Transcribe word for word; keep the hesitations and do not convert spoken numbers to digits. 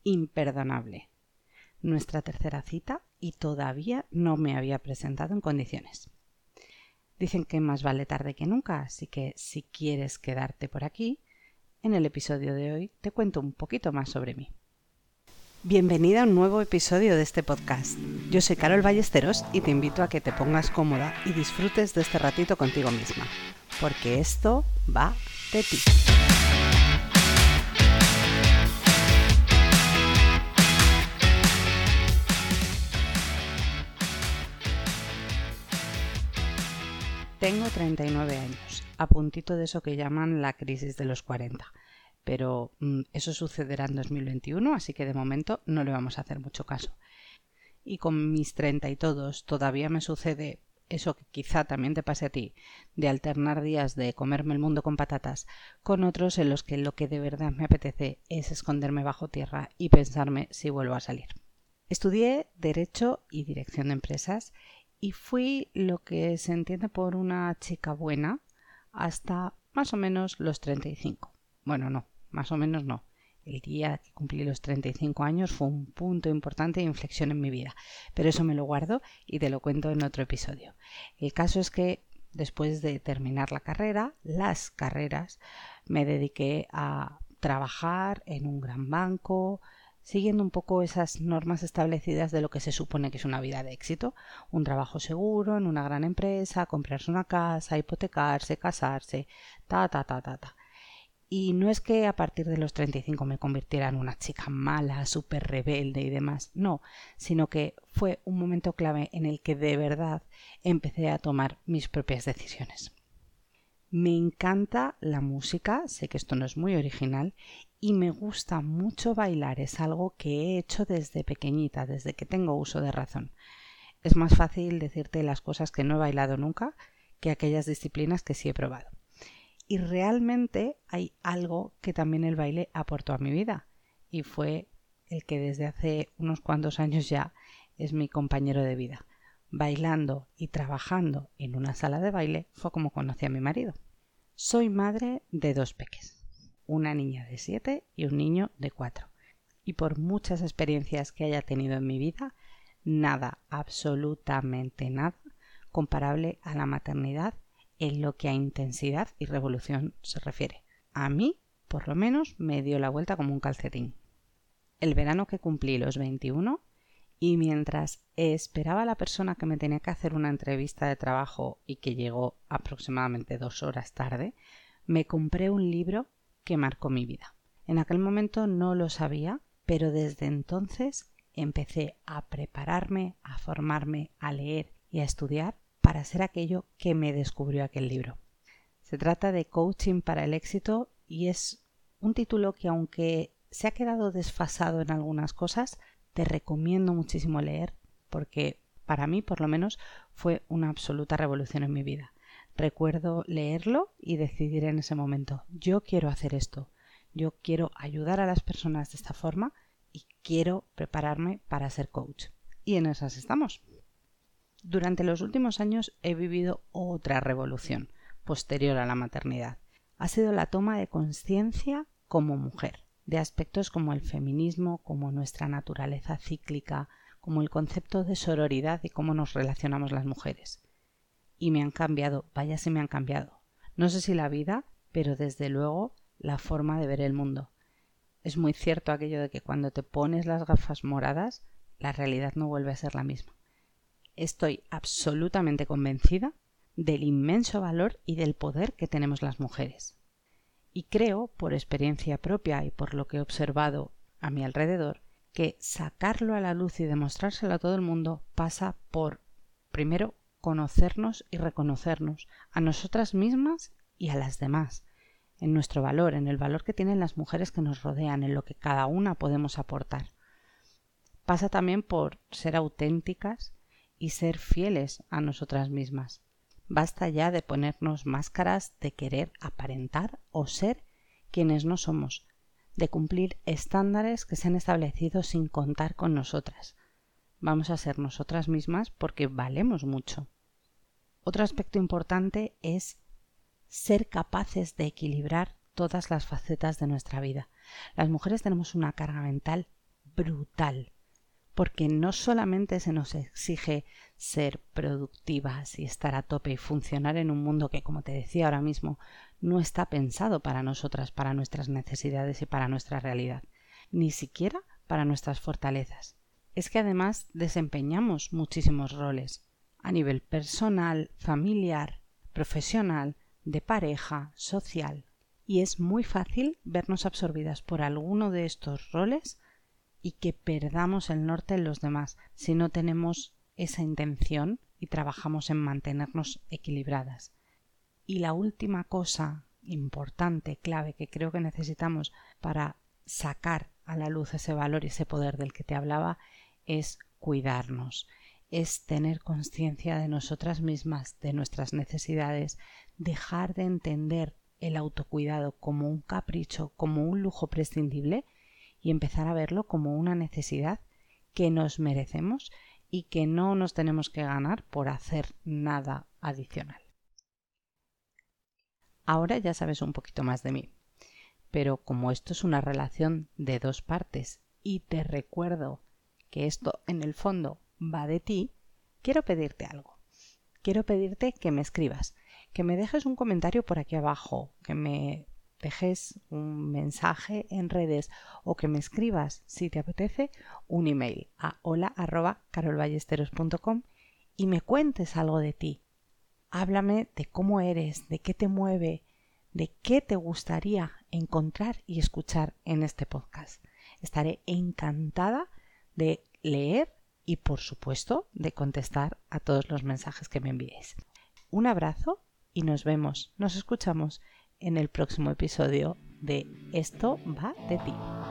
imperdonable. Nuestra tercera cita y todavía no me había presentado en condiciones. Dicen que más vale tarde que nunca, así que si quieres quedarte por aquí, en el episodio de hoy te cuento un poquito más sobre mí. Bienvenida a un nuevo episodio de este podcast. Yo soy Carol Ballesteros y te invito a que te pongas cómoda y disfrutes de este ratito contigo misma, porque esto va de ti. Tengo treinta y nueve años, a puntito de eso que llaman la crisis de los cuarenta, pero mmm, eso sucederá en dos mil veintiuno, así que de momento no le vamos a hacer mucho caso. Y con mis treinta y todos todavía me sucede eso que quizá también te pase a ti, de alternar días de comerme el mundo con patatas, con otros en los que lo que de verdad me apetece es esconderme bajo tierra y pensarme si vuelvo a salir. Estudié Derecho y Dirección de Empresas y fui lo que se entiende por una chica buena hasta más o menos los treinta y cinco. Bueno, no, más o menos no. El día que cumplí los treinta y cinco años fue un punto importante de inflexión en mi vida, pero eso me lo guardo y te lo cuento en otro episodio. El caso es que después de terminar la carrera, las carreras, me dediqué a trabajar en un gran banco, siguiendo un poco esas normas establecidas de lo que se supone que es una vida de éxito, un trabajo seguro en una gran empresa, comprarse una casa, hipotecarse, casarse, ta, ta, ta, ta, ta. Y no es que a partir de los treinta y cinco me convirtiera en una chica mala, súper rebelde y demás, no, sino que fue un momento clave en el que de verdad empecé a tomar mis propias decisiones. Me encanta la música, sé que esto no es muy original, y me gusta mucho bailar, es algo que he hecho desde pequeñita, desde que tengo uso de razón. Es más fácil decirte las cosas que no he bailado nunca que aquellas disciplinas que sí he probado. Y realmente hay algo que también el baile aportó a mi vida, y fue el que desde hace unos cuantos años ya es mi compañero de vida. Bailando y trabajando en una sala de baile fue como conocí a mi marido. Soy madre de dos peques, una niña de siete y un niño de cuatro. Y por muchas experiencias que haya tenido en mi vida, nada, absolutamente nada, comparable a la maternidad en lo que a intensidad y revolución se refiere. A mí, por lo menos, me dio la vuelta como un calcetín. El verano que cumplí los veintiuno, y mientras esperaba a la persona que me tenía que hacer una entrevista de trabajo y que llegó aproximadamente dos horas tarde, me compré un libro que marcó mi vida. En aquel momento no lo sabía, pero desde entonces empecé a prepararme, a formarme, a leer y a estudiar para ser aquello que me descubrió aquel libro. Se trata de Coaching para el éxito y es un título que, aunque se ha quedado desfasado en algunas cosas, te recomiendo muchísimo leer porque para mí, por lo menos, fue una absoluta revolución en mi vida. Recuerdo leerlo y decidir en ese momento, yo quiero hacer esto, yo quiero ayudar a las personas de esta forma y quiero prepararme para ser coach. Y en esas estamos. Durante los últimos años he vivido otra revolución posterior a la maternidad. Ha sido la toma de conciencia como mujer, de aspectos como el feminismo, como nuestra naturaleza cíclica, como el concepto de sororidad y cómo nos relacionamos las mujeres. Y me han cambiado, vaya si me han cambiado. No sé si la vida, pero desde luego la forma de ver el mundo. Es muy cierto aquello de que cuando te pones las gafas moradas, la realidad no vuelve a ser la misma. Estoy absolutamente convencida del inmenso valor y del poder que tenemos las mujeres. Y creo, por experiencia propia y por lo que he observado a mi alrededor, que sacarlo a la luz y demostrárselo a todo el mundo pasa por, primero, conocernos y reconocernos a nosotras mismas y a las demás, en nuestro valor, en el valor que tienen las mujeres que nos rodean, en lo que cada una podemos aportar. Pasa también por ser auténticas y ser fieles a nosotras mismas. Basta ya de ponernos máscaras, de querer aparentar o ser quienes no somos, de cumplir estándares que se han establecido sin contar con nosotras. Vamos a ser nosotras mismas porque valemos mucho. Otro aspecto importante es ser capaces de equilibrar todas las facetas de nuestra vida. Las mujeres tenemos una carga mental brutal, porque no solamente se nos exige ser productivas y estar a tope y funcionar en un mundo que, como te decía ahora mismo, no está pensado para nosotras, para nuestras necesidades y para nuestra realidad, ni siquiera para nuestras fortalezas. Es que además desempeñamos muchísimos roles a nivel personal, familiar, profesional, de pareja, social, y es muy fácil vernos absorbidas por alguno de estos roles y que perdamos el norte en los demás si no tenemos esa intención y trabajamos en mantenernos equilibradas. Y la última cosa importante, clave, que creo que necesitamos para sacar a la luz ese valor y ese poder del que te hablaba es cuidarnos, es tener conciencia de nosotras mismas, de nuestras necesidades, dejar de entender el autocuidado como un capricho, como un lujo prescindible y empezar a verlo como una necesidad que nos merecemos y que no nos tenemos que ganar por hacer nada adicional. Ahora ya sabes un poquito más de mí, pero como esto es una relación de dos partes y te recuerdo que esto en el fondo va de ti, quiero pedirte algo. Quiero pedirte que me escribas, que me dejes un comentario por aquí abajo, que me dejes un mensaje en redes o que me escribas, si te apetece, un email a hola arroba carolballesteros punto com y me cuentes algo de ti. Háblame de cómo eres, de qué te mueve, de qué te gustaría encontrar y escuchar en este podcast. Estaré encantada de leer y, por supuesto, de contestar a todos los mensajes que me enviéis. Un abrazo y nos vemos, nos escuchamos en el próximo episodio de Esto va de ti.